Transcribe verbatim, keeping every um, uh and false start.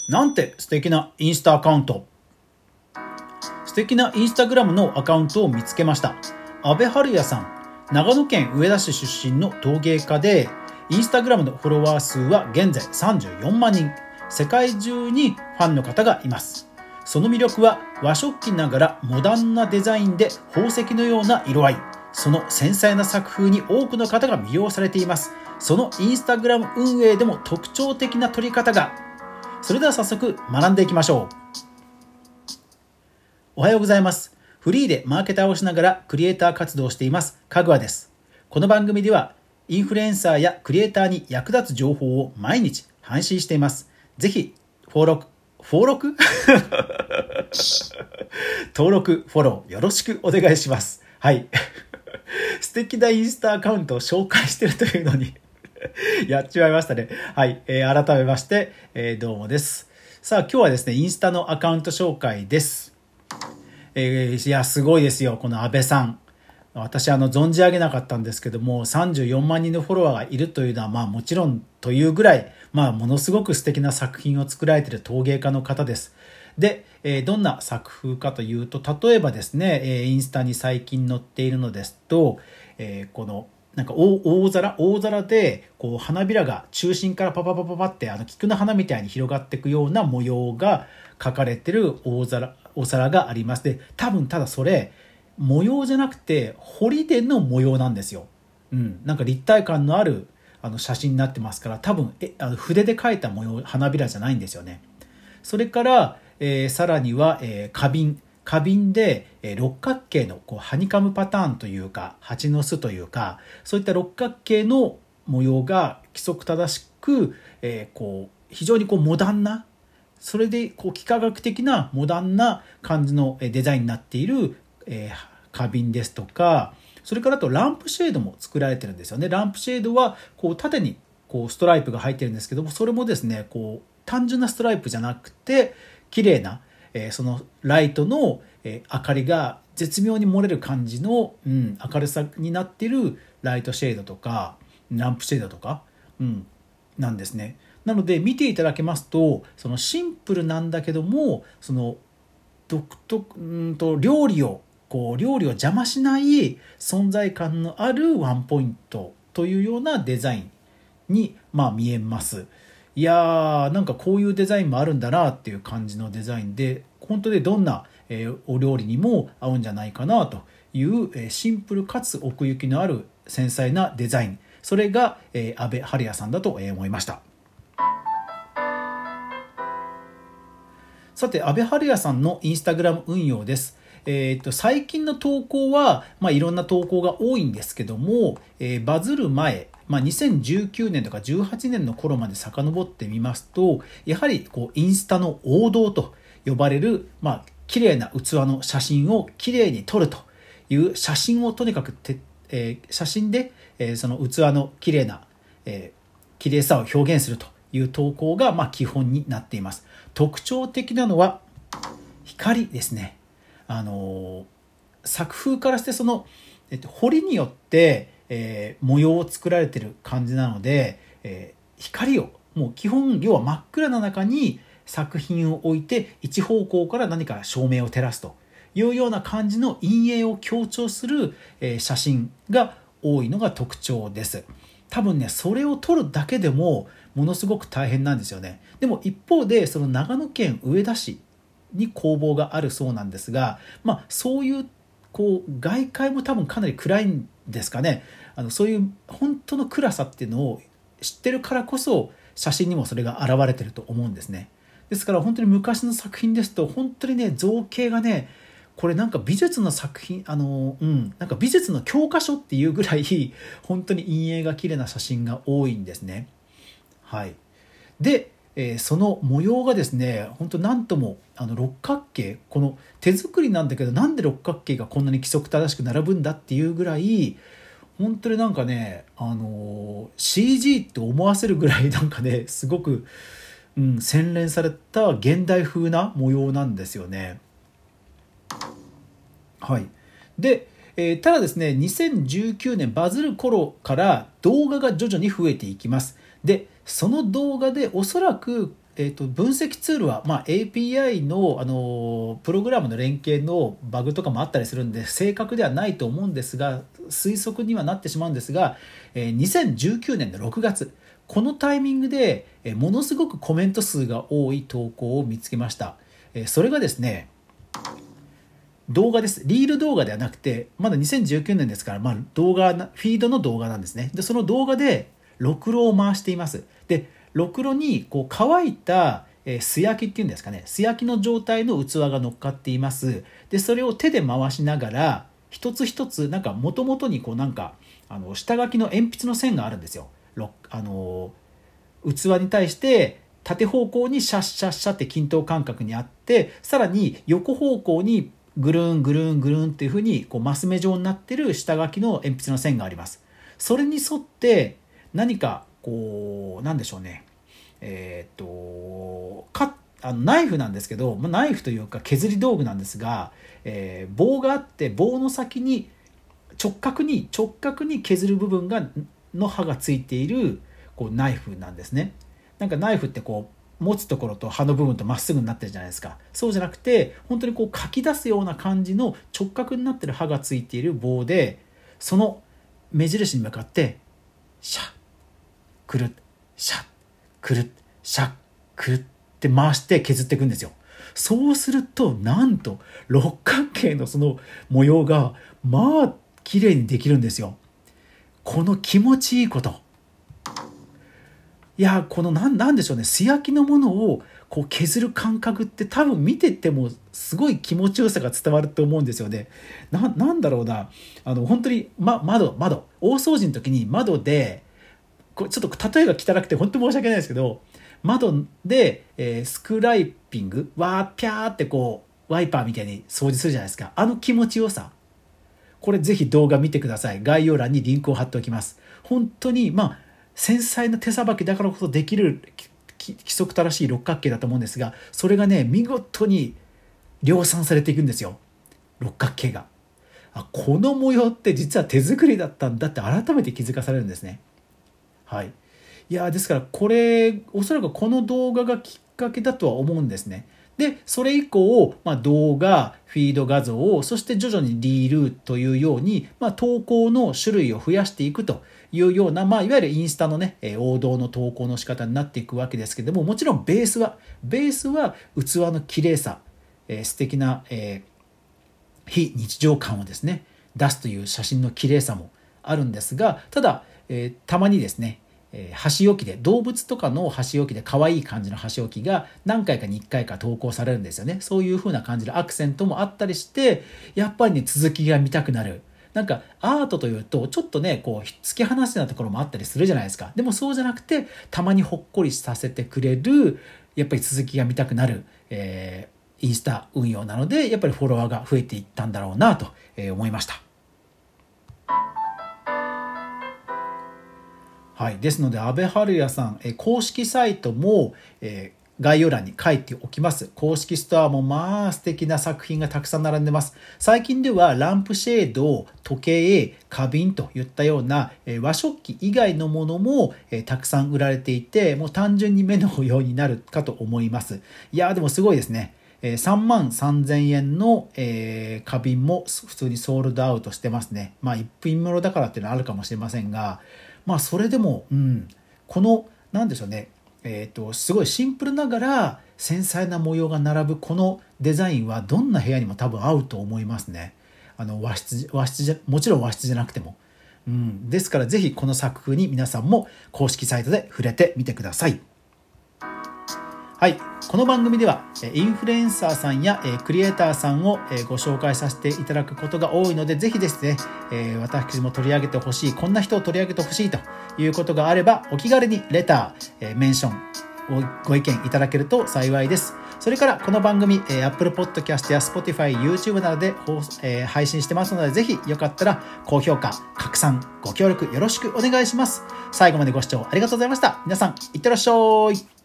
なんて素敵なインスタアカウント。素敵なインスタグラムのアカウントを見つけました。阿部春也さん、長野県上田市出身の陶芸家で、インスタグラムのフォロワー数は現在さんじゅうよんまんにん。世界中にファンの方がいます。その魅力は和食器ながらモダンなデザインで宝石のような色合い。その繊細な作風に多くの方が魅了されています。そのインスタグラム運営でも特徴的な撮り方が。それでは早速学んでいきましょう。おはようございます。フリーでマーケターをしながらクリエイター活動をしていますかぐわです。この番組ではインフルエンサーやクリエイターに役立つ情報を毎日配信しています。ぜひフォローフォロー登録フォローよろしくお願いします。はい素敵なインスタアカウントを紹介しているというのにやっちまいましたね。はい、えー、改めまして、えー、どうもです。さあ今日はですねインスタのアカウント紹介です。えー、いやすごいですよ、この安倍さん。私あの存じ上げなかったんですけども、さんじゅうよんまんにんのフォロワーがいるというのはまあもちろんというぐらい、まあものすごく素敵な作品を作られている陶芸家の方です。で、えー、どんな作風かというと、例えばですね、えー、インスタに最近載っているのですと、えー、このなんか 大, 大皿大皿でこう花びらが中心からパパパパパってあの菊の花みたいに広がっていくような模様が描かれてる大皿お皿があります。で、多分ただそれ模様じゃなくて彫りでの模様なんですよ。うん、なんか立体感のあるあの写真になってますから、多分えあの筆で描いた模様花びらじゃないんですよね。それから、えー、さらには、えー、花瓶花瓶で、えー、六角形のこうハニカムパターンというか蜂の巣というか、そういった六角形の模様が規則正しく、えー、こう非常にこうモダンな、それでこう幾何学的なモダンな感じのデザインになっている、えー、花瓶ですとか、それからあとランプシェードも作られてるんですよね。ランプシェードはこう縦にこうストライプが入ってるんですけども、それもですねこう単純なストライプじゃなくて綺麗な、えー、そのライトの、えー、明かりが絶妙に漏れる感じの、うん、明るさになっているライトシェードとかランプシェードとか、うん、なんですね。なので見ていただけますと、そのシンプルなんだけども、その独特うんと料理をこう料理を邪魔しない存在感のあるワンポイントというようなデザインに、まあ、見えます。いやーなんかこういうデザインもあるんだなっていう感じのデザインで、本当にどんな、えー、お料理にも合うんじゃないかなという、えー、シンプルかつ奥行きのある繊細なデザイン、それが、えー、安倍春也さんだと、えー、思いました。さて安倍春也さんのインスタグラム運用です。えー、と最近の投稿は、まあ、いろんな投稿が多いんですけども、えー、バズる前、まあ、にせんじゅうきゅうねんとかじゅうはちねんの頃まで遡ってみますと、やはりこうインスタの王道と呼ばれる、まあ綺麗な器の写真を綺麗に撮るという写真をとにかくて、えー、写真で、えー、その器の綺麗な、えー、綺麗さを表現するという投稿が、まあ、基本になっています。特徴的なのは光ですね。あの作風からしてその、えっと、彫りによって、えー、模様を作られている感じなので、えー、光をもう基本要は真っ暗な中に作品を置いて一方向から何か照明を照らすというような感じの陰影を強調する、えー、写真が多いのが特徴です。多分ねそれを撮るだけでもものすごく大変なんですよね。でも一方でその長野県上田市に工房があるそうなんですが、まあ、そういう、こう外界も多分かなり暗いんですかね。あのそういう本当の暗さっていうのを知ってるからこそ写真にもそれが現れてると思うんですね。ですから本当に昔の作品ですと本当にね造形がね、これなんか美術の作品あの、うん、なんか美術の教科書っていうぐらい本当に陰影が綺麗な写真が多いんですね。はい。でえー、その模様がですね本当なんともあの六角形、この手作りなんだけどなんで六角形がこんなに規則正しく並ぶんだっていうぐらい本当になんかね、あのー、シージー って思わせるぐらいなんかねすごく、うん、洗練された現代風な模様なんですよね。はい。で、えー、ただですねにせんじゅうきゅうねんバズる頃から動画が徐々に増えていきます。でその動画でおそらくえー、と分析ツールは、まあ、エーピーアイ の、あのプログラムの連携のバグとかもあったりするんで正確ではないと思うんですが、推測にはなってしまうんですが、えー、にせんじゅうきゅうねんのろくがつ、このタイミングで、えー、ものすごくコメント数が多い投稿を見つけました。えー、それがですね、動画です。リール動画ではなくて、まだにせんじゅうきゅうねんですから、まあ、動画な、フィードの動画なんですね。で、その動画で、ろくろを回しています。で、ろくろにこう乾いた、えー、素焼きっていうんですかね、素焼きの状態の器が乗っかっています。で、それを手で回しながら、一つ一つ、なんか元々にこうなんか、あの、下書きの鉛筆の線があるんですよ。あの、器に対して、縦方向にシャッシャッシャって均等間隔にあって、さらに横方向にぐるんぐるんぐるんっていう風にこうマス目状になってる下書きの鉛筆の線があります。それに沿って何かこうなんでしょうね、えー、っとかあのナイフなんですけど、ナイフというか削り道具なんですが、えー、棒があって棒の先に直角に直角に削る部分がの刃がついているこうナイフなんですね。なんかナイフってこう持つところと刃の部分とまっすぐになってるじゃないですか。そうじゃなくて本当にこう書き出すような感じの直角になってる刃がついている棒で、その目印に向かってシャッくるっシャッくるっシャッくるって回して削っていくんですよ。そうするとなんと六角形のその模様がまあ綺麗にできるんですよ。この気持ちいいこと、いやこのなんなんでしょうね、素焼きのものをこう削る感覚って多分見ててもすごい気持ちよさが伝わると思うんですよね。な, なんだろうな、あの本当に、ま、窓窓大掃除の時に窓でこれちょっと例えが汚くて本当に申し訳ないですけど、窓で、えー、スクライピングわーピャーってこうワイパーみたいに掃除するじゃないですか。あの気持ちよさ、これぜひ動画見てください。概要欄にリンクを貼っておきます。本当にまあ繊細な手さばきだからこそできる規則正しい六角形だと思うんですが、それがね見事に量産されていくんですよ、六角形が。あ、この模様って実は手作りだったんだって改めて気づかされるんですね。はい、いやですからこれおそらくこの動画がきっかけだとは思うんですね。でそれ以降、まあ、動画フィード画像をそして徐々にリールというように、まあ、投稿の種類を増やしていくというような、まあ、いわゆるインスタのね王道の投稿の仕方になっていくわけですけども、もちろんベースはベースは器の綺麗さ、えー、素敵な、えー、非日常感をですね出すという写真の綺麗さもあるんですが、ただ、えー、たまにですね箸置きで動物とかの箸置きで可愛い感じの箸置きが何回かにいっかいか投稿されるんですよね。そういう風な感じのアクセントもあったりして、やっぱりね続きが見たくなる。なんかアートというとちょっとねこう突き放すようなところもあったりするじゃないですか。でもそうじゃなくてたまにほっこりさせてくれる、やっぱり続きが見たくなる、えー、インスタ運用なのでやっぱりフォロワーが増えていったんだろうなと思いました。はい、ですので阿部春也さん、え公式サイトも、えー、概要欄に書いておきます。公式ストアもまあ素敵な作品がたくさん並んでます。最近ではランプシェード、時計、花瓶といったような、えー、和食器以外のものも、えー、たくさん売られていて、もう単純に目の保養になるかと思います。いやーでもすごいですね。さんまんさんぜんえんの、えー、花瓶も普通にソールドアウトしてますね。まあ一品物だからっていうのはあるかもしれませんが、まあそれでも、うん、このなんでしょうね、えーと、すごいシンプルながら繊細な模様が並ぶこのデザインはどんな部屋にも多分合うと思いますね。あの和室、和室じゃもちろん和室じゃなくても、うん、ですからぜひこの作風に皆さんも公式サイトで触れてみてください。はい、この番組ではインフルエンサーさんやクリエイターさんをご紹介させていただくことが多いので、ぜひですね、私も取り上げてほしい、こんな人を取り上げてほしいということがあれば、お気軽にレター、メンションをご意見いただけると幸いです。それからこの番組、Apple Podcast や Spotify、YouTube などで配信してますので、ぜひよかったら高評価、拡散、ご協力よろしくお願いします。最後までご視聴ありがとうございました。皆さん、いってらっしゃい。